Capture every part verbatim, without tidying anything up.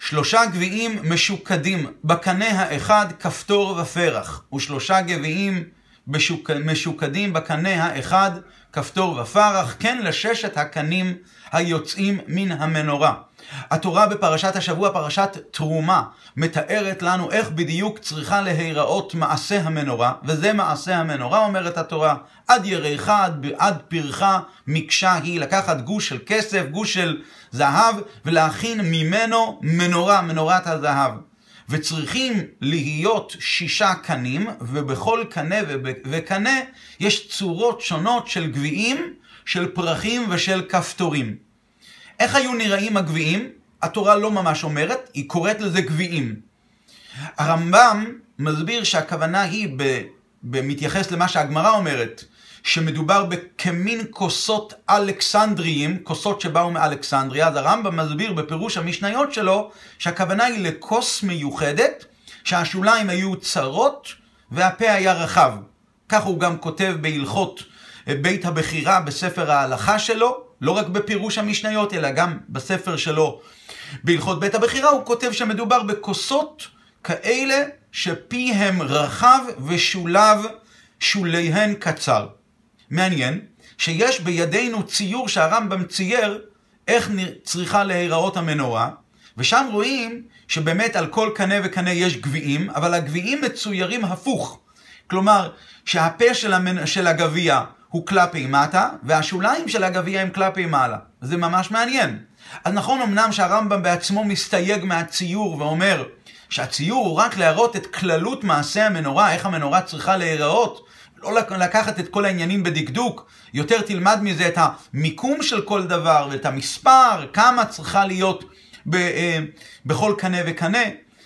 שלושה גביעים משוקדים בקנה האחד כפתור ופרח, ושלושה גביעים משוק... משוקדים בקנה האחד כפתור ופרח, כן לששת הקנים היוצאים מן המנורה. התורה בפרשת השבוע, פרשת תרומה, מתארת לנו איך בדיוק צריכה להיראות מעשה המנורה, וזה מעשה המנורה, אומרת התורה, עד ירך, עד, עד פרך, מקשה היא, לקחת גוש של כסף, גוש של זהב, ולהכין ממנו מנורה, מנורת הזהב. וצריכים להיות שישה קנים, ובכל קנה וקנה יש צורות שונות של גביעים, של פרחים ושל כפתורים. איך היו נראים הגביעים? התורה לא ממש אומרת, היא קוראת לזה גביעים. הרמב"ם מסביר שהכוונה היא, במתייחס למה שהגמרא אומרת, שמדובר בכמין כוסות אלכסנדריים, כוסות שבאו מאלכסנדריה. אז הרמב"ם מסביר בפירוש המשניות שלו, שהכוונה היא לכוס מיוחדת, שהשוליים היו צרות והפה היה רחב. כך הוא גם כותב בהלכות בית הבחירה בספר ההלכה שלו, לא רק בפירוש המשניות, אלא גם בספר שלו בהלכות בית הבחירה, הוא כותב שמדובר בכוסות כאלה שפיהם רחב ושולב שוליהן קצר. מעניין שיש בידינו ציור שהרמב"ם צייר איך צריכה להיראות המנורה, ושם רואים שבאמת על כל קנה וקנה יש גביעים, אבל הגביעים מצוירים הפוך. כלומר, שהפה של, המנ... של הגביע הוא כלפי מטה, והשוליים של הגביע הם כלפי מעלה. זה ממש מעניין. אז נכון אמנם שהרמב"ם בעצמו מסתייג מהציור ואומר שהציור הוא רק להראות את כללות מעשה המנורה, איך המנורה צריכה להיראות, לא לקחת את כל העניינים בדקדוק, יותר תלמד מזה את המיקום של כל דבר, ואת המספר, כמה צריכה להיות ב, אה, בכל קנה וקנה,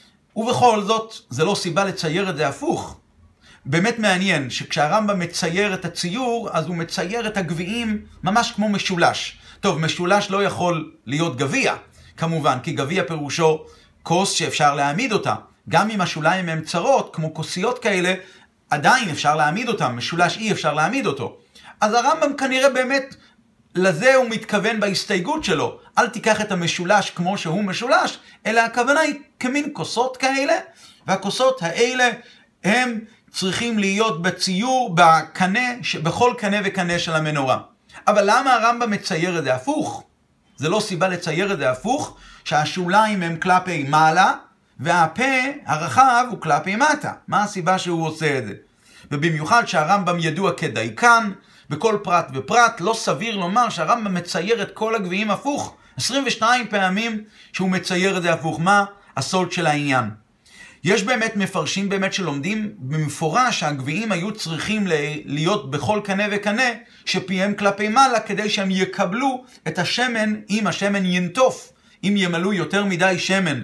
ובכל זאת, זה לא סיבה לצייר את זה הפוך. באמת מעניין שכשהרמב"ם מצייר את הציור, אז הוא מצייר את הגביעים ממש כמו משולש. טוב, משולש לא יכול להיות גביע, כמובן, כי גביע פירושו כוס שאפשר להעמיד אותה. גם אם השוליים הם צרות, כמו כוסיות כאלה, עדיין אפשר להעמיד אותם, משולש אי אפשר להעמיד אותו. אז הרמב"ם כנראה באמת, לזה הוא מתכוון בהסתייגות שלו. אל תיקח את המשולש כמו שהוא משולש, אלא הכוונה היא כמין כוסות כאלה, והכוסות האלה הם צריכים להיות בציור, בקנה, בכל קנה וקנה של המנורה. אבל למה הרמב"ם מצייר את זה הפוך? זה לא סיבה לצייר את זה הפוך, שהשוליים הם כלפי מעלה, והפה הרחב הוא כלפי מטה. מה הסיבה שהוא עושה את זה? ובמיוחד שהרמב"ם ידוע כדייקן, בכל פרט ופרט, לא סביר לומר שהרמב"ם מצייר את כל הגביעים הפוך. עשרים ושתיים פעמים שהוא מצייר את זה הפוך. מה הסוד של העניין? יש באמת מפרשים באמת שלומדים במפורש שהגביעים היו צריכים להיות בכל קנה וקנה שפיהם כלפי מעלה, כדי שהם יקבלו את השמן, אם השמן ינטוף. אם ימלאו יותר מדי שמן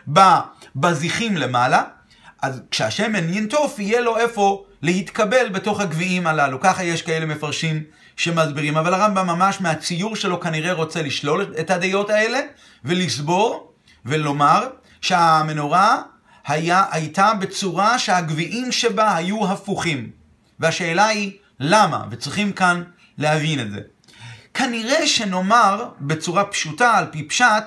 בזיכים למעלה, אז כשהשמן ינטוף יהיה לו איפה להתקבל בתוך הגביעים הללו. ככה יש כאלה מפרשים שמסבירים, אבל הרמב"ם ממש מהציור שלו כנראה רוצה לשלול את הדעות האלה ולסבור ולומר שהמנורה היה, הייתה בצורה שהגביעים שבה היו הפוכים. והשאלה היא למה, וצריכים כאן להבין את זה. כנראה שנאמר בצורה פשוטה על פי פשט,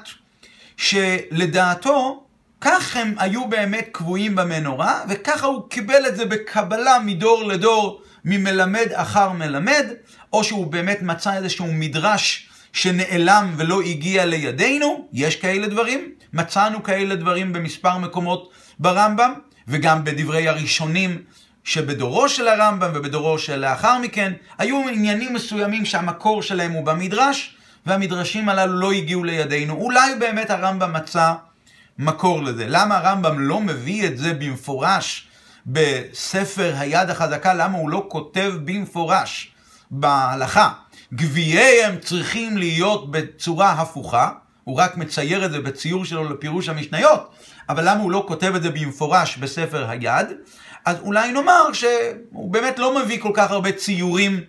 שלדעתו כך הם היו באמת קבועים במנורה, וככה הוא קיבל את זה בקבלה מדור לדור, ממלמד אחר מלמד, או שהוא באמת מצא איזשהו מדרש שנעלם ולא הגיע לידינו. יש כאלה דברים, מצאנו כאלה דברים במספר מקומות ברמב"ם, וגם בדברי הראשונים שבדורו של הרמב"ם ובדורו של לאחר מכן, היו עניינים מסוימים שהמקור שלהם הוא במדרש, והמדרשים הללו לא הגיעו לידינו. אולי באמת הרמב"ם מצא מקור לזה. למה הרמב"ם לא מביא את זה במפורש בספר היד החזקה? למה הוא לא כותב במפורש בהלכה? גביעיהם צריכים להיות בצורה הפוכה, הוא רק מצייר את זה בציור שלו לפירוש המשניות, אבל למה הוא לא כותב את זה במפורש בספר היד? אז אולי נאמר שהוא באמת לא מביא כל כך הרבה ציורים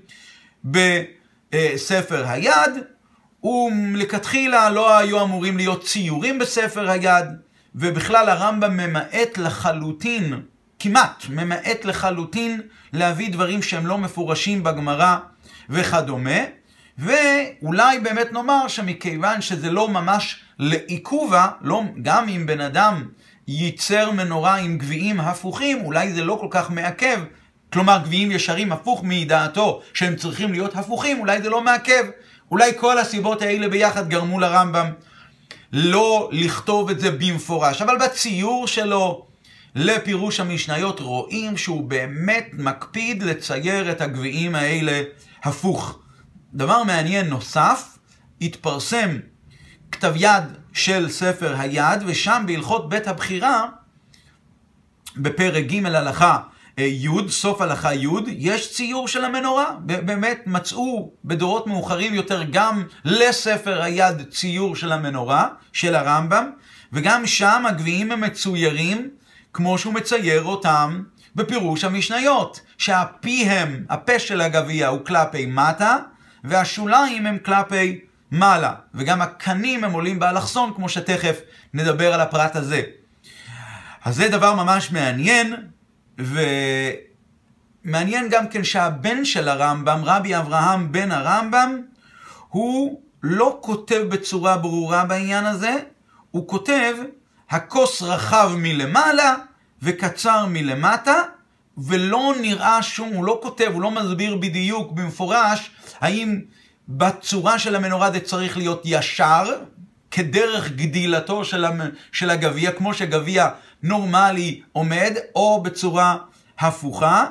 בספר היד, ולכתחילה לא היו אמורים להיות ציורים בספר היד, ובכלל הרמב"ם ממעט לחלוטין, כמעט ממעט לחלוטין, להביא דברים שהם לא מפורשים בגמרא וכדומה, ואולי באמת נאמר שמכיוון שזה לא ממש לעיכובה, לא, גם אם בן אדם ייצר מנורה עם גביעים הפוכים, אולי זה לא כל כך מעכב, כלומר גביעים ישרים הפוך מדעתו שהם צריכים להיות הפוכים, אולי זה לא מעכב. אולי כל הסיבות האלה ביחד גרמו לרמב"ם לא לכתוב את זה במפורש, אבל בציור שלו לפירוש המשניות רואים שהוא באמת מקפיד לצייר את הגביעים האלה הפוך. דבר מעניין נוסף, התפרסם כתב יד של ספר היד, ושם בהלכות בית הבחירה, בפרק ג' הלכה י', סוף הלכה י', יש ציור של המנורה. באמת מצאו בדורות מאוחרים יותר גם לספר היד ציור של המנורה, של הרמב"ם, וגם שם הגביעים הם מצוירים כמו שהוא מצייר אותם בפירוש המשניות, שהפי הם, הפה של הגביע הוא כלפי מטה, והשוליים הם כלפי מעלה, וגם הקנים הם עולים באלכסון, כמו שתכף נדבר על הפרט הזה. אז זה דבר ממש מעניין, ומעניין גם כן שהבן של הרמב"ם, רבי אברהם בן הרמב"ם, הוא לא כותב בצורה ברורה בעניין הזה, הוא כותב, הכוס רחב מלמעלה וקצר מלמטה, ולא נראה שום, הוא לא כותב, הוא לא מסביר בדיוק במפורש, האם בצורה של המנורה זה צריך להיות ישר, כדרך גדילתו של, של הגביע, כמו שגביע נורמלי עומד, או בצורה הפוכה.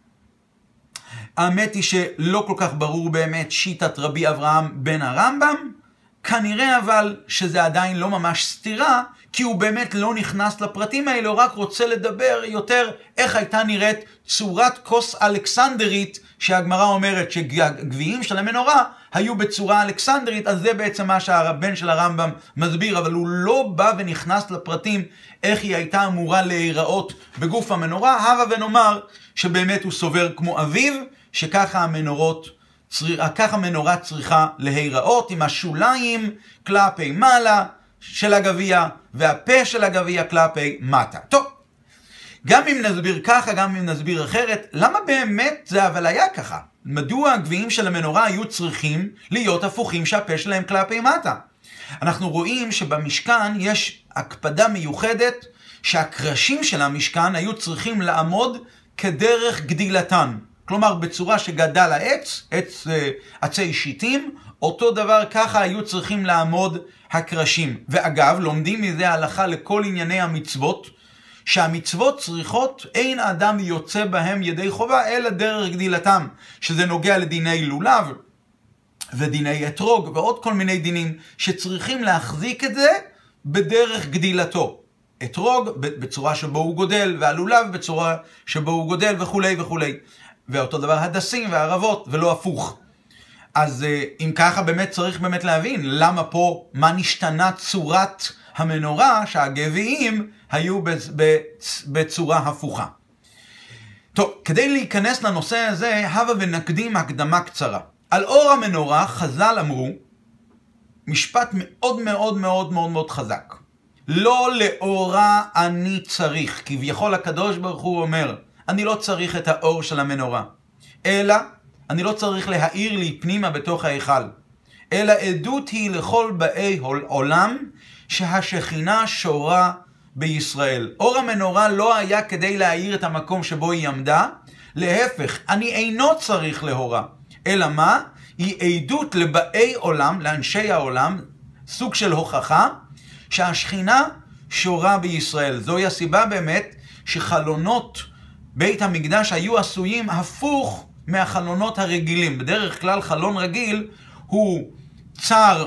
האמת היא שלא כל כך ברור באמת שיטת רבי אברהם בן הרמב"ם, כנראה אבל שזה עדיין לא ממש סתירה, כי הוא באמת לא נכנס לפרטים האלה, הוא רק רוצה לדבר יותר איך הייתה נראית צורת כוס אלכסנדרית, שהגמרא אומרת שגביעים של המנורה היו בצורה אלכסנדרית, אז זה בעצם מה שהבן של הרמב"ם מסביר, אבל הוא לא בא ונכנס לפרטים איך היא הייתה אמורה להיראות בגוף המנורה. הבה ונאמר שבאמת הוא סובר כמו אביו, שככה המנורות, ככה המנורה צריכה להיראות, עם השוליים כלפי מעלה של הגביע, והפה של הגביע כלפי מטה. טוב, גם אם נסביר ככה, גם אם נסביר אחרת, למה באמת זה אבל היה ככה? מדוע הגביעים של המנורה היו צריכים להיות הפוכים שהפה שלהם כלפי מטה? אנחנו רואים שבמשכן יש הקפדה מיוחדת שהקרשים של המשכן היו צריכים לעמוד כדרך גדילתן. כלומר, בצורה שגדל העץ, עץ עצי שיטים, אותו דבר ככה היו צריכים לעמוד הקרשים. ואגב, לומדים מזה הלכה לכל ענייני המצוות, שהמצוות צריכות, אין אדם יוצא בהם ידי חובה, אלא דרך גדילתם, שזה נוגע לדיני לולב, ודיני אתרוג, ועוד כל מיני דינים, שצריכים להחזיק את זה בדרך גדילתו. אתרוג בצורה שבו הוא גודל, והלולב בצורה שבו הוא גודל, וכו' וכו'. ואותו דבר הדסים והערבות, ולא הפוך. אז אם ככה באמת צריך באמת להבין, למה פה, מה נשתנה צורת המנורה, שהגביעים היו בצורה הפוכה. טוב, כדי להיכנס לנושא הזה, הבה ונקדים הקדמה קצרה. על אור המנורה חז"ל אמרו, משפט מאוד מאוד מאוד מאוד מאוד חזק. לא לאורה אני צריך, כביכול הקדוש ברוך הוא אומר, אני לא צריך את האור של המנורה, אלא אני לא צריך להאיר לי פנימה בתוך ההיכל, אלא עדות היא לכל באי עולם שהשכינה שורה בישראל. אור המנורה לא היה כדי להאיר את המקום שבו היא עמדה, להפך, אני אינו צריך להורה, אלא מה? היא עדות לבאי עולם, לאנשי העולם, סוג של הוכחה, שהשכינה שורה בישראל. זוהי הסיבה באמת שחלונות בית המקדש היו עשויים הפוך מהחלונות הרגילים. בדרך כלל חלון רגיל הוא צר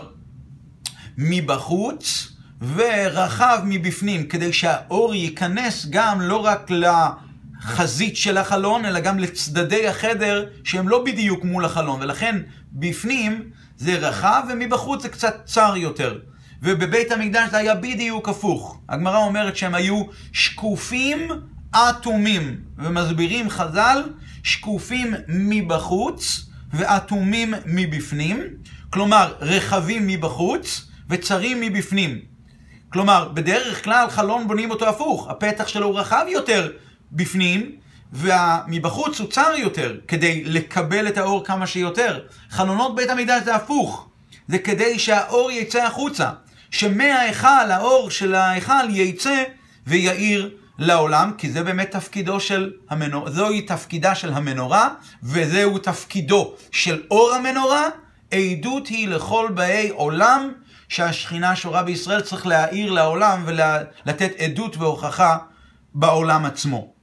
מבחוץ ורחב מבפנים, כדי שהאור ייכנס גם לא רק לחזית של החלון, אלא גם לצדדי החדר שהם לא בדיוק מול החלון, ולכן בפנים זה רחב ומבחוץ זה קצת צר יותר. ובבית המקדש זה היה בדיוק הפוך. הגמרא אומרת שהם היו שקופים אטומים, ומסבירים חז"ל, שקופים מבחוץ ואטומים מבפנים, כלומר רחבים מבחוץ וצרים מבפנים. כלומר, בדרך כלל חלון בונים אותו הפוך, הפתח שלו הוא רחב יותר בפנים, ומבחוץ הוא צר יותר, כדי לקבל את האור כמה שיותר. חלונות בית המקדש זה הפוך, זה כדי שהאור יצא החוצה, שמההיכל, האור של ההיכל יצא ויאיר לעולם, כי זה באמת תפקידו של המנורה, זוהי תפקידה של המנורה, וזהו תפקידו של אור המנורה. עדות היא לכל באי עולם, שהשכינה שורה בישראל צריך להאיר לעולם ולתת עדות והוכחה בעולם עצמו.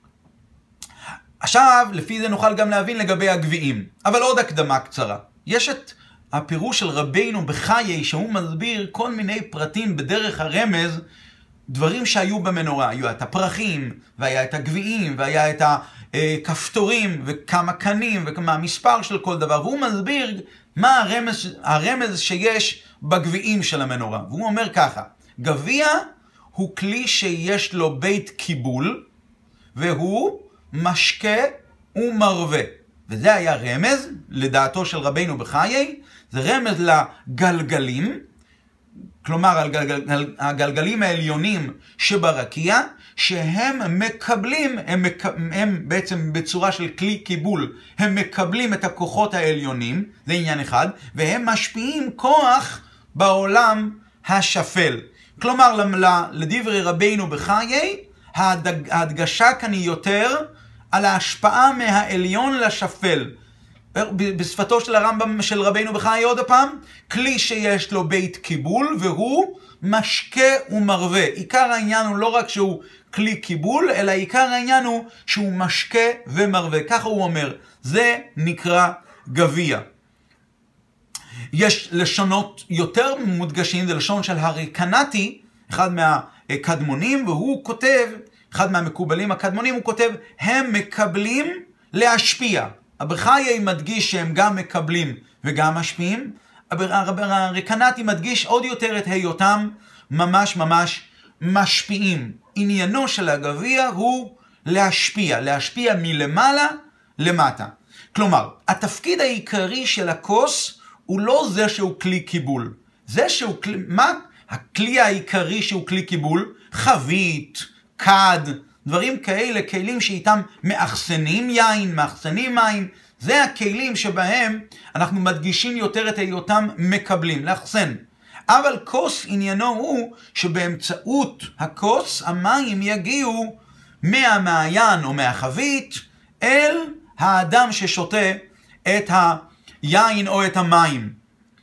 עכשיו, לפי זה נוכל גם להבין לגבי הגביעים. אבל עוד הקדמה קצרה. יש את הפירוש של רבינו בחיי, שהוא מסביר כל מיני פרטים בדרך הרמז, דברים שהיו במנורה. היו את הפרחים, והיה את הגביעים, והיה את הכפתורים, וכמה קנים, וכמה המספר של כל דבר. והוא מסביר מה הרמז, הרמז שיש בגביעים של המנורה. והוא אומר ככה, גביע הוא כלי שיש לו בית קיבול, והוא משקה ומרווה. וזה היה רמז, לדעתו של רבינו בחיי, זה רמז לגלגלים, כלומר הגלגל, הגלגלים העליונים שברקיע, שהם מקבלים, הם, מק, הם בעצם בצורה של כלי קיבול, הם מקבלים את הכוחות העליונים, זה עניין אחד, והם משפיעים כוח בעולם השפל. כלומר, לדברי רבינו בחיי, ההדגשה כאן היא יותר על ההשפעה מהעליון לשפל. בשפתו של הרמב"ם של רבינו בחיי עוד הפעם, כלי שיש לו בית קיבול והוא משקה ומרווה. עיקר העניין הוא לא רק שהוא כלי קיבול, אלא עיקר העניין הוא שהוא משקה ומרווה. ככה הוא אומר, זה נקרא גביע. יש לשונות יותר מודגשים, זה לשון של הרקנתי, אחד מהקדמונים, והוא כותב, אחד מהמקובלים הקדמונים, הוא כותב, הם מקבלים להשפיע. הבחיי מדגיש שהם גם מקבלים וגם משפיעים. הרקנתי מדגיש עוד יותר את היותם ממש ממש משפיעים. עניינו של הגביע הוא להשפיע, להשפיע מלמעלה למטה. כלומר, התפקיד העיקרי של הכוס הוא לא זה שהוא כלי קיבול. זה שהוא כלי, מה הכלי העיקרי שהוא כלי קיבול? חבית, כד, דברים כאלה, כלים שאיתם מאחסנים יין, מאחסנים מים, זה הכלים שבהם אנחנו מדגישים יותר את היותם מקבלים, לאחסן. אבל כוס עניינו הוא שבאמצעות הכוס המים יגיעו מהמעיין או מהחבית אל האדם ששותה את היין או את המים.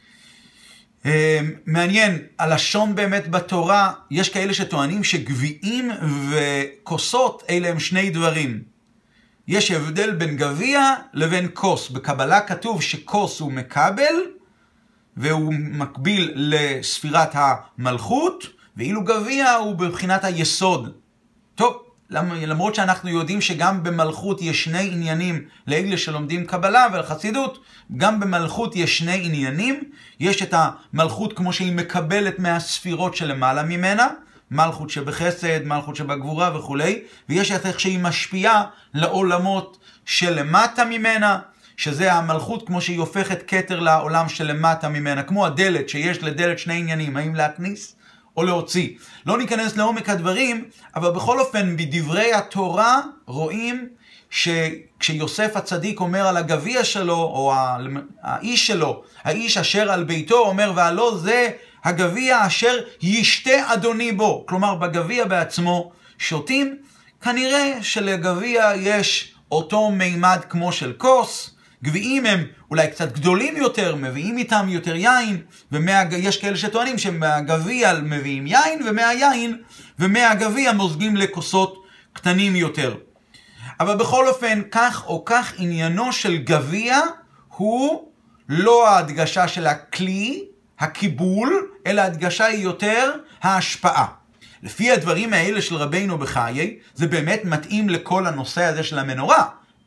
מעניין, הלשון באמת בתורה, יש כאלה שטוענים שגביעים וכוסות אלה הם שני דברים. יש הבדל בין גביע לבין כוס. בקבלה כתוב שכוס הוא מקבל, והוא מקביל לספירת המלכות, ואילו גביע הוא בבחינת היסוד. טוב, למרות שאנחנו יודעים שגם במלכות יש שני עניינים לאלה שלומדים קבלה ולחסידות, גם במלכות יש שני עניינים. יש את המלכות כמו שהיא מקבלת מהספירות שלמעלה ממנה, מלכות שבחסד, מלכות שבגבורה וכו', ויש את איך שהיא משפיעה לעולמות שלמטה ממנה, שזה המלכות כמו שהיא הופכת כתר לעולם שלמטה ממנה, כמו הדלת שיש לדלת שני עניינים, האם להכניס או להוציא. לא ניכנס לעומק הדברים, אבל בכל אופן בדברי התורה רואים שכשיוסף הצדיק אומר על הגביע שלו, או האיש שלו, האיש אשר על ביתו, אומר והלא זה הגביע אשר ישתה אדוני בו. כלומר בגביע בעצמו שותים. כנראה שלגביע יש אותו מימד כמו של כוס. גביעים הם אולי קצת גדולים יותר, מביאים איתם יותר יין, ויש כאלה שטוענים שמהגביע מביאים יין, ומהיין ומהגביע מוזגים לכוסות קטנים יותר. אבל בכל אופן, כך או כך עניינו של גביע הוא לא ההדגשה של הכלי, הקיבול, אלא ההדגשה היא יותר ההשפעה. לפי הדברים האלה של רבינו בחיי, זה באמת מתאים לכל הנושא הזה של המנורה.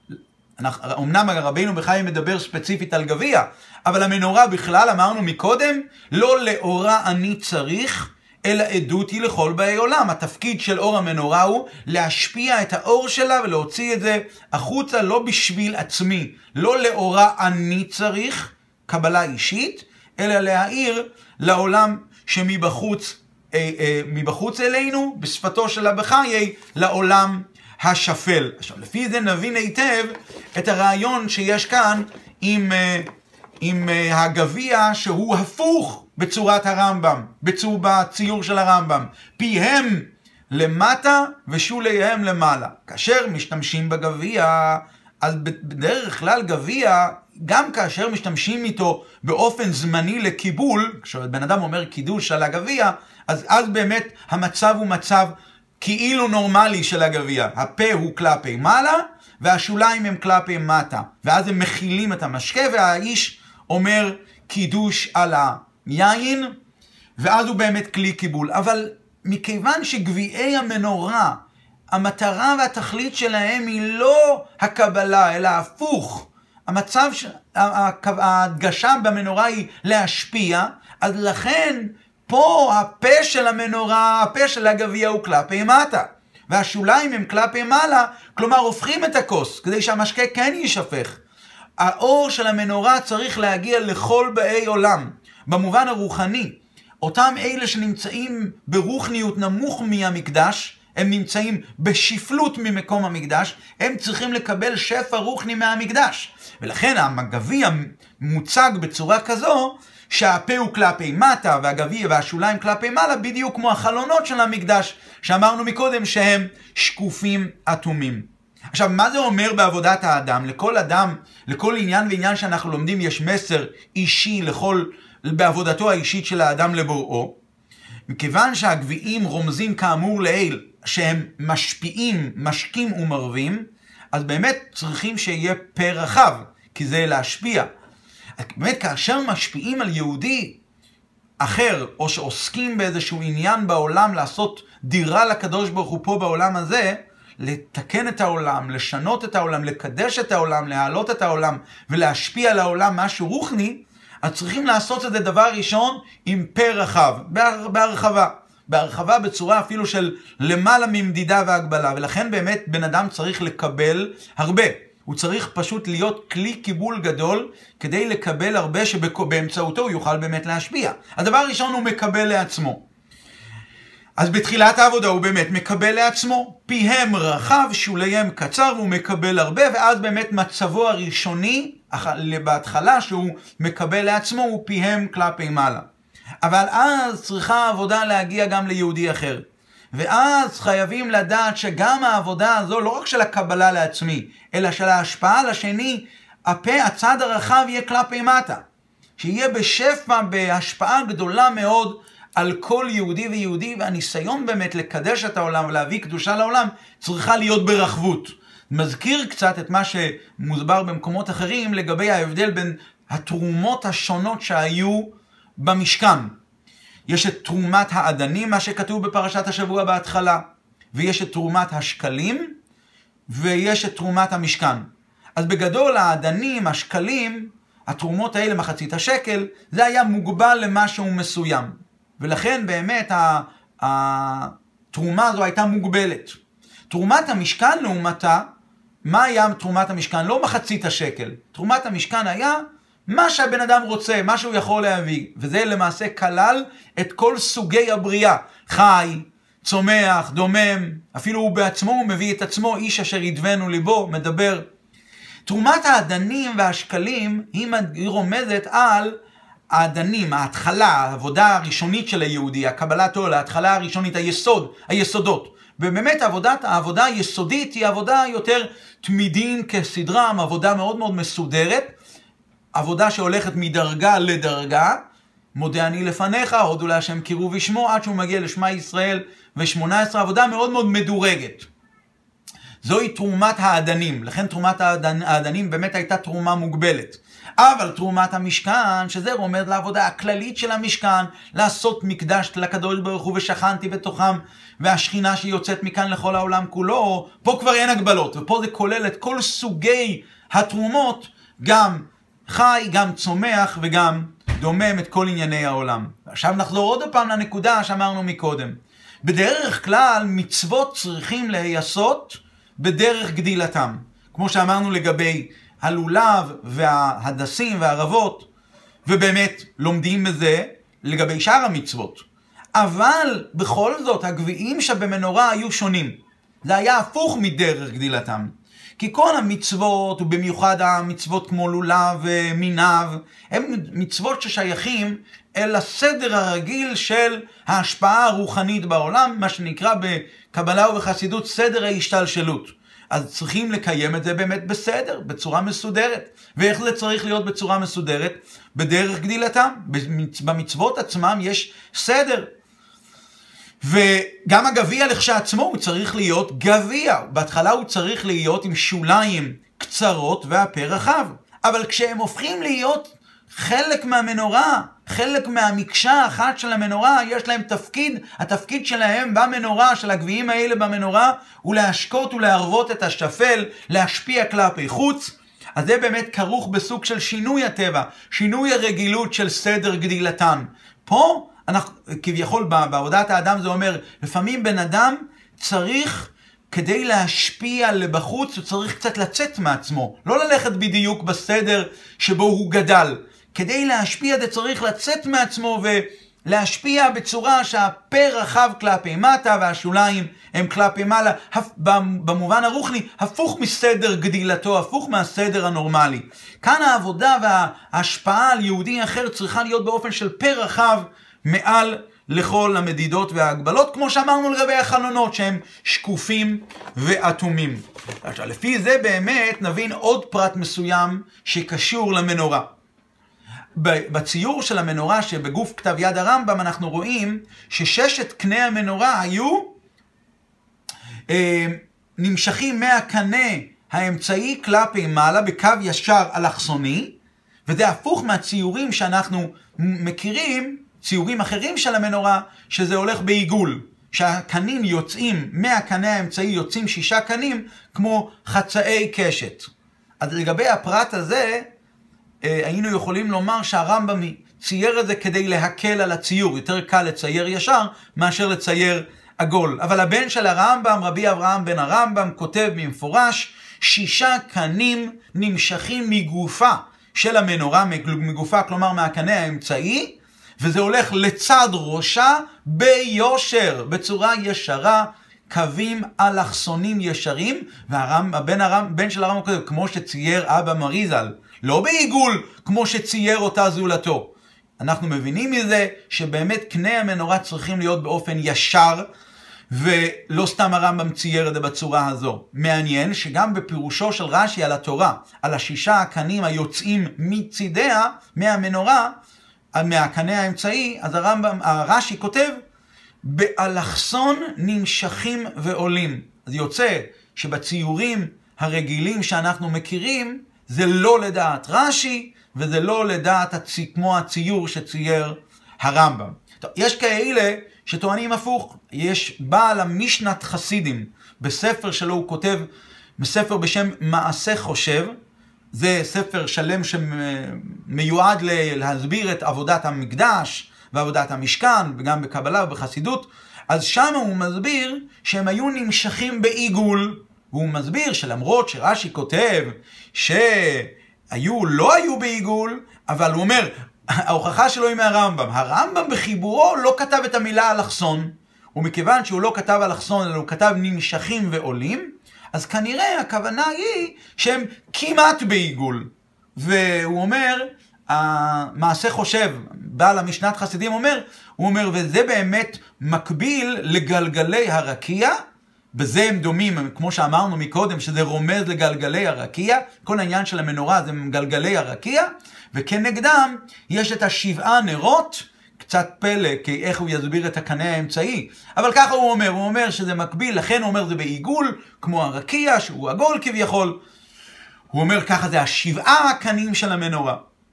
אמנם רבינו בחיי מדבר ספציפית על גביע, אבל המנורה בכלל, אמרנו מקודם, לא לאורה אני צריך, אלא עדות היא לכל באי עולם. התפקיד של אור המנורה הוא להשפיע את האור שלה ולהוציא את זה החוצה, לא בשביל עצמי, לא לאורה אני צריך, קבלה אישית, אלא להאיר לעולם שמבחוץ אה, אה, מבחוץ אלינו, בשפתו של בחיי, לעולם השפל. עכשיו, לפי זה נבין היטב את הרעיון שיש כאן עם, אה, עם הגביע שהוא הפוך בצורת הרמב"ם, בצור, בציור של הרמב"ם. פיהם למטה ושוליהם למעלה. כאשר משתמשים בגביע, אז בדרך כלל גביע, גם כאשר משתמשים איתו באופן זמני לקיבול, כשבן אדם אומר קידוש על הגביע, אז אז באמת המצב הוא מצב כאילו נורמלי של הגביע. הפה הוא כלפי מעלה, והשוליים הם כלפי מטה. ואז הם מכילים את המשקה, והאיש אומר קידוש על היין, ואז הוא באמת כלי קיבול. אבל מכיוון שגביעי המנורה, המטרה והתכלית שלהם היא לא הקבלה, אלא הפוך. המצב, ההדגשה במנורה היא להשפיע, אז לכן פה הפה של המנורה, הפה של הגביע הוא כלפי מטה. והשוליים הם כלפי מעלה, כלומר הופכים את הכוס, כדי שהמשקה כן יישפך. האור של המנורה צריך להגיע לכל באי עולם, במובן הרוחני. אותם אלה שנמצאים ברוחניות נמוך מהמקדש, הם נמצאים בשפלות ממקום המקדש, הם צריכים לקבל שפע רוחני מהמקדש. ולכן הגביע מוצג בצורה כזו, שהפה הוא כלפי מטה והגביע והשוליים כלפי מעלה, בדיוק כמו החלונות של המקדש, שאמרנו מקודם שהם שקופים אטומים. עכשיו, מה זה אומר בעבודת האדם? לכל אדם, לכל עניין ועניין שאנחנו לומדים, יש מסר אישי לכל, בעבודתו האישית של האדם לבוראו. מכיוון שהגביעים רומזים כאמור לעיל, שהם משפיעים, משקים ומרבים, אז באמת צריכים שיהיה פה רחב, כי זה להשפיע. באמת, כאשר משפיעים על יהודי אחר, או שעוסקים באיזשהו עניין בעולם, לעשות דירה לקדוש ברוך הוא פה בעולם הזה, לתקן את העולם, לשנות את העולם, לקדש את העולם, להעלות את העולם, ולהשפיע על העולם משהו רוחני, אז צריכים לעשות את זה דבר ראשון עם פה רחב, בהרחבה. בהרחבה בצורה אפילו של למעלה ממדידה והגבלה, ולכן באמת בן אדם צריך לקבל הרבה. הוא צריך פשוט להיות כלי קיבול גדול, כדי לקבל הרבה שבאמצעותו הוא יוכל באמת להשפיע. הדבר הראשון הוא מקבל לעצמו. אז בתחילת העבודה הוא באמת מקבל לעצמו. פיהם רחב, שוליהם קצר, והוא מקבל הרבה, ואז באמת מצבו הראשוני, בהתחלה שהוא מקבל לעצמו, הוא פיהם כלפי מעלה. אבל אז צריכה העבודה להגיע גם ליהודי אחר. ואז חייבים לדעת שגם העבודה הזו, לא רק של הקבלה לעצמי, אלא של ההשפעה לשני, הפה, הצד הרחב יהיה כלפי מטה. שיהיה בשפע, בהשפעה גדולה מאוד על כל יהודי ויהודי, והניסיון באמת לקדש את העולם ולהביא קדושה לעולם, צריכה להיות ברחבות. מזכיר קצת את מה שמוסבר במקומות אחרים, לגבי ההבדל בין התרומות השונות שהיו במשכן. יש את תרומת האדנים, מה שכתוב בפרשת השבוע בהתחלה, ויש את תרומת השקלים, ויש את תרומת המשכן. אז בגדול האדנים, השקלים, התרומות האלה מחצית השקל, זה היה מוגבל למשהו מסוים. ולכן באמת התרומה הזו הייתה מוגבלת. תרומת המשכן לעומתה, מה היה תרומת המשכן? לא מחצית השקל. תרומת המשכן היה מה שהבן אדם רוצה, מה שהוא יכול להביא. וזה למעשה כלל את כל סוגי הבריאה. חי, צומח, דומם, אפילו הוא בעצמו הוא מביא את עצמו, איש אשר ידבנו ליבו, מדבר. תרומת האדנים והשקלים היא רומזת על האדנים, ההתחלה, העבודה הראשונית של היהודי, הקבלת עול, ההתחלה הראשונית, היסוד, היסודות. ובאמת העבודת, העבודה היסודית היא עבודה יותר תמידין כסדרם, עבודה מאוד מאוד מסודרת, עבודה שהולכת מדרגה לדרגה, מודה אני לפניך, הודו להשם קראו ושמו, עד שהוא מגיע לשמע ישראל ושמונה עשרה, עבודה מאוד מאוד מדורגת. זוהי תרומת האדנים, לכן תרומת האדנ... האדנים באמת הייתה תרומה מוגבלת. אבל תרומת המשכן, שזה רומז לעבודה הכללית של המשכן, לעשות מקדש לקדוש ברוך הוא ושכנתי בתוכם, והשכינה שיוצאת מכאן לכל העולם כולו, פה כבר אין הגבלות, ופה זה כולל את כל סוגי התרומות, גם חי, גם צומח וגם דומם את כל ענייני העולם. עכשיו נחזור עוד פעם לנקודה שאמרנו מקודם. בדרך כלל מצוות צריכים להיעשות בדרך גדילתם. כמו שאמרנו לגבי הלולב וההדסים והערבות, ובאמת לומדים בזה לגבי שאר המצוות. אבל בכל זאת הגביעים שבמנורה היו שונים. זה היה הפוך מדרך גדילתם. כי כל המצוות, ובמיוחד המצוות כמו לולב ומיניו, הם מצוות ששייכים אל הסדר הרגיל של ההשפעה הרוחנית בעולם, מה שנקרא בקבלה ובחסידות סדר ההשתלשלות. אז צריכים לקיים את זה באמת בסדר, בצורה מסודרת. ואיך זה צריך להיות בצורה מסודרת? בדרך גדילתם. במצוות עצמם יש סדר. וגם הגביע לכשעצמו הוא צריך להיות גביע. בהתחלה הוא צריך להיות עם שוליים קצרות והפה רחב. אבל כשהם הופכים להיות חלק מהמנורה, חלק מהמקשה האחת של המנורה, יש להם תפקיד, התפקיד שלהם במנורה, של הגביעים האלה במנורה, הוא להשקות ולהרוות את השפל, להשפיע כלפי חוץ. אז זה באמת כרוך בסוג של שינוי הטבע, שינוי הרגילות של סדר גדילתן. פה, אנחנו, כביכול בעבודת האדם זה אומר, לפעמים בן אדם צריך, כדי להשפיע לבחוץ, הוא צריך קצת לצאת מעצמו, לא ללכת בדיוק בסדר שבו הוא גדל. כדי להשפיע זה צריך לצאת מעצמו ולהשפיע בצורה שהפה רחב כלפי מטה והשוליים הם כלפי מעלה, במובן הרוחני, הפוך מסדר גדילתו, הפוך מהסדר הנורמלי. כאן העבודה וההשפעה על יהודי אחר צריכה להיות באופן של פה רחב מעל לכל המדידות וההגבלות, כמו שאמרנו לגבי החלונות שהם שקופים ואטומים. עכשיו, לפי זה באמת נבין עוד פרט מסוים שקשור למנורה. בציור של המנורה שבגוף כתב יד הרמב"ם אנחנו רואים שששת קני המנורה היו אה, נמשכים מהקנה האמצעי כלפי מעלה בקו ישר אלכסוני, וזה הפוך מהציורים שאנחנו מכירים, ציורים אחרים של המנורה, שזה הולך בעיגול, שהקנים יוצאים, מהקנה האמצעי יוצאים שישה קנים כמו חצאי קשת. אז לגבי הפרט הזה, היינו יכולים לומר שהרמב"ם צייר את זה כדי להקל על הציור. יותר קל לצייר ישר מאשר לצייר עגול. אבל הבן של הרמב"ם, רבי אברהם בן הרמב"ם, כותב במפורש, שישה קנים נמשכים מגופה של המנורה, מגופה כלומר מהקנה האמצעי, וזה הולך לצד ראשה ביושר, בצורה ישרה, קווים אלכסונים ישרים, והבן הרמב"ם, בן של הרמב"ם כותב, כמו שצייר אבא מריזל, לא בעיגול כמו שצייר אותה זולתו. אנחנו מבינים מזה שבאמת קני המנורה צריכים להיות באופן ישר, ולא סתם הרמב"ם צייר את זה בצורה הזו. מעניין שגם בפירושו של רש"י על התורה, על השישה הקנים היוצאים מצידיה, מהמנורה, מהקנה האמצעי, אז הרמב"ם, הרש"י כותב, באלכסון נמשכים ועולים. אז יוצא שבציורים הרגילים שאנחנו מכירים, זה לא לדעת רש"י, וזה לא לדעת הצי, כמו הציור שצייר הרמב"ם. טוב, יש כאלה שטוענים הפוך. יש בעל המשנת חסידים, בספר שלו הוא כותב, בספר בשם מעשה חושב, זה ספר שלם שמיועד להסביר את עבודת המקדש, ועבודת המשכן, וגם בקבלה ובחסידות. אז שם הוא מסביר שהם היו נמשכים בעיגול, והוא מסביר שלמרות שרש"י כותב שהיו, לא היו בעיגול, אבל הוא אומר, ההוכחה שלו היא מהרמב"ם. הרמב"ם בחיבורו לא כתב את המילה אלכסון, ומכיוון שהוא לא כתב אלכסון, אלא הוא כתב נמשכים ועולים, אז כנראה הכוונה היא שהם כמעט בעיגול. והוא אומר, המעשה חושב, בעל המשנת חסידים אומר, הוא אומר, וזה באמת מקביל לגלגלי הרקיע, בזה הם דומים, כמו שאמרנו מקודם, שזה רומז לגלגלי הרקיע, כל העניין של המנורה זה גלגלי הרקיע, וכנגדם יש את השבעה נרות, קצת פלא, כי איך הוא יסביר את הקנה האמצעי, אבל ככה הוא אומר, הוא אומר שזה מקביל, לכן הוא אומר זה בעיגול, כמו הרקיע, שהוא עגול כביכול, הוא אומר ככה זה השבעה הקנים של המנורה.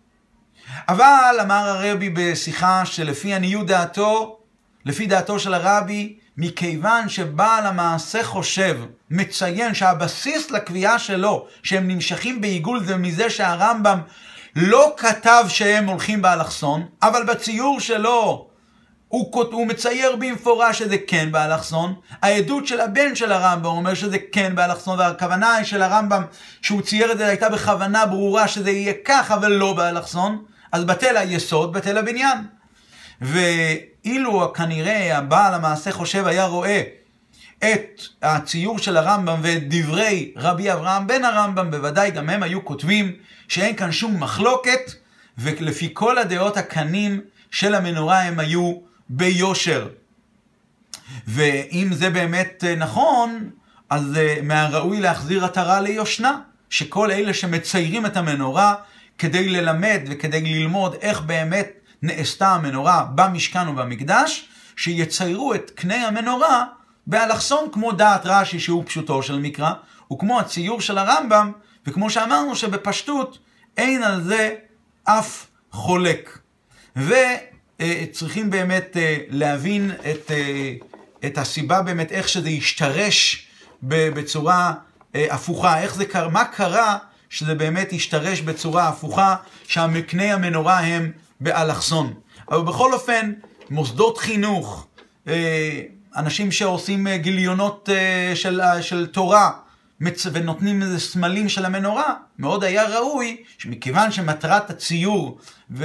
אבל אמר הרבי בשיחה שלפי עניות דעתו, לפי דעתו של הרבי, מכיוון שבעל המעשה חושב, מציין שהבסיס לקביעה שלו, שהם נמשכים בעיגול, זה מזה שהרמב"ם לא כתב שהם הולכים באלכסון, אבל בציור שלו הוא, הוא מצייר במפורש שזה כן באלכסון. העדות של הבן של הרמב"ם אומר שזה כן באלכסון, והכוונה של הרמב"ם שהוא צייר את זה הייתה בכוונה ברורה שזה יהיה כך, אבל לא באלכסון. אז בטל היסוד, בטל הבניין. ואילו כנראה הבעל המעשה חושב היה רואה את הציור של הרמב"ם ואת דברי רבי אברהם בן הרמב"ם, בוודאי גם הם היו כותבים שאין כאן שום מחלוקת, ולפי כל הדעות הקנים של המנורה הם היו ביושר. ואם זה באמת נכון, אז מהראוי להחזיר עטרה ליושנה, שכל אלה שמציירים את המנורה כדי ללמד וכדי ללמוד איך באמת נעשתה המנורה במשכן ובמקדש, שיציירו את קנה המנורה באלכסון כמו דעת רש"י שהוא פשוטו של מקרא, וכמו הציור של הרמב"ם, וכמו שאמרנו שבפשטות אין על זה אף חולק. וצריכים באמת להבין את, את הסיבה באמת איך שזה ישתרש בצורה הפוכה, איך זה קרה, מה קרה שזה באמת ישתרש בצורה הפוכה, שהמקנה המנורה הם באלכסון. אבל בכל אופן, מוסדות חינוך, אנשים שעושים גיליונות של, של תורה, ונותנים איזה סמלים של המנורה, מאוד היה ראוי, שמכיוון שמטרת הציור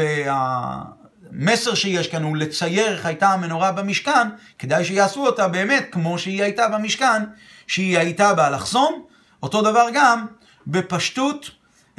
והמסר שיש כאן הוא לצייר איך הייתה המנורה במשכן, כדאי שיעשו אותה באמת כמו שהיא הייתה במשכן, שהיא הייתה באלכסון. אותו דבר גם בפשטות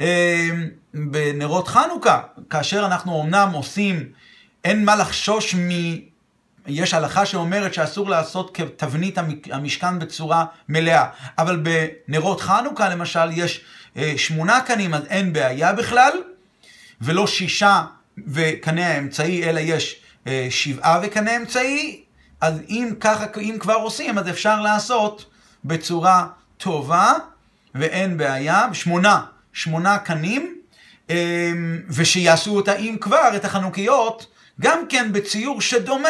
בנרות חנוכה, כאשר אנחנו אומנם עושים, אין מה לחשוש מ... יש הלכה שאומרת שאסור לעשות כתבנית המשכן בצורה מלאה, אבל בנרות חנוכה למשל יש שמונה קנים, אז אין בעיה בכלל, ולא שישה וקנה האמצעי, אלא יש שבעה וקנה אמצעי. אז אם ככה, אם כבר עושים, אז אפשר לעשות בצורה טובה ואין בעיה. שמונה, שמונה קנים, ושיעשו אותה אם כבר את החנוכיות, גם כן בציור שדומה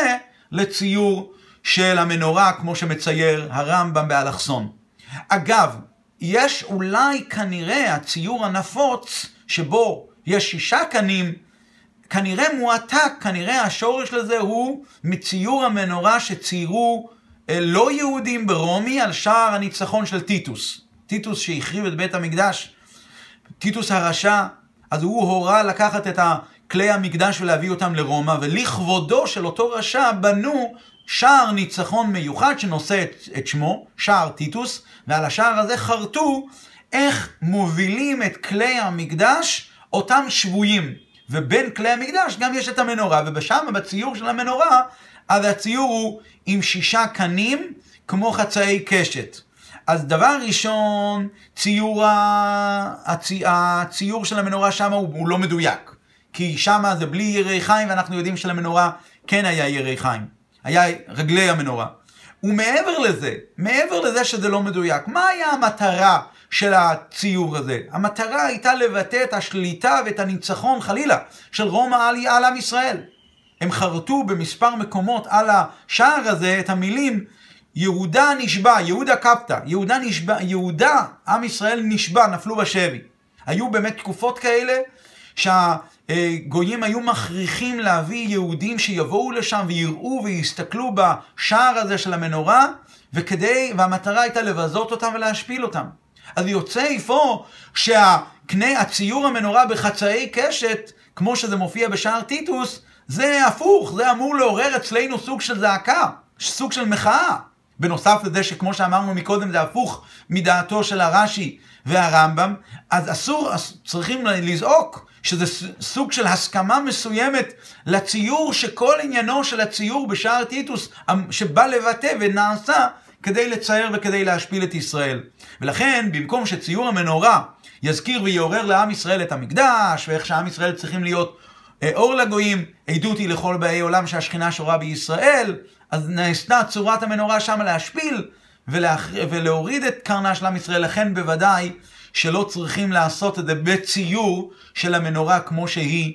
לציור של המנורה, כמו שמצייר הרמב"ם באלכסון. אגב, יש אולי כנראה הציור הנפוץ, שבו יש שישה קנים, כנראה מועתק, כנראה השורש לזה הוא מציור המנורה שציירו לא יהודים ברומי על שער הניצחון של טיטוס. טיטוס שהחריב את בית המקדש, טיטוס הרשע, אז הוא הורה לקחת את כלי המקדש ולהביא אותם לרומא, ולכבודו של אותו רשע בנו שער ניצחון מיוחד שנושא את, את שמו, שער טיטוס, ועל השער הזה חרטו איך מובילים את כלי המקדש אותם שבויים. ובין כלי המקדש גם יש את המנורה, ובשם בציור של המנורה, אז הציור הוא עם שישה קנים כמו חצאי קשת. אז דבר ראשון, ציור, הצי, הציור של המנורה שם הוא, הוא לא מדויק. כי שם זה בלי ירי חיים, ואנחנו יודעים שלמנורה כן היה ירי חיים. היה רגלי המנורה. ומעבר לזה, מעבר לזה שזה לא מדויק, מה היה המטרה של הציור הזה? המטרה הייתה לבטא את השליטה ואת הניצחון חלילה של רומא על, על עם ישראל. הם חרטו במספר מקומות על השער הזה את המילים יהודה נשבע, יהודה קפטה, יהודה נשבע, יהודה, עם ישראל נשבע, נפלו בשבי. היו באמת תקופות כאלה שהגויים היו מכריחים להביא יהודים שיבואו לשם ויראו ויסתכלו בשער הזה של המנורה, וכדי, והמטרה הייתה לבזות אותם ולהשפיל אותם. אז יוצא איפה שהקנה, הציור המנורה בחצאי קשת, כמו שזה מופיע בשער טיטוס, זה הפוך, זה אמור לעורר אצלנו סוג של זעקה, סוג של מחאה. בנוסף לזה שכמו שאמרנו מקודם זה הפוך מדעתו של הרש"י והרמב"ם, אז אסור, צריכים לזעוק שזה סוג של הסכמה מסוימת לציור, שכל עניינו של הציור בשער טיטוס שבא לבטא ונעשה כדי לצייר וכדי להשפיל את ישראל. ולכן במקום שציור המנורה יזכיר ויעורר לעם ישראל את המקדש ואיך שהעם ישראל צריכים להיות אור לגויים, עדות היא לכל באי עולם שהשכינה שורה בישראל, אז נעשתה צורת המנורה שם להשפיל ולהח... ולהוריד את קרנה של עם ישראל. לכן בוודאי שלא צריכים לעשות את זה בציור של המנורה כמו שהיא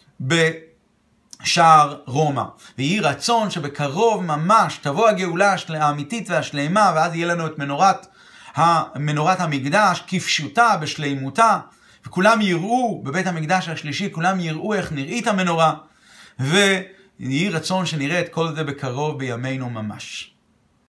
בשער רומא. ויהי רצון שבקרוב ממש תבוא הגאולה האמיתית והשלמה, ואז יהיה לנו את מנורת, מנורת המקדש כפשוטה בשלימותה, וכולם יראו בבית המקדש השלישי, כולם יראו איך נראית המנורה, ויהי רצון שנראה את כל זה בקרוב בימינו ממש.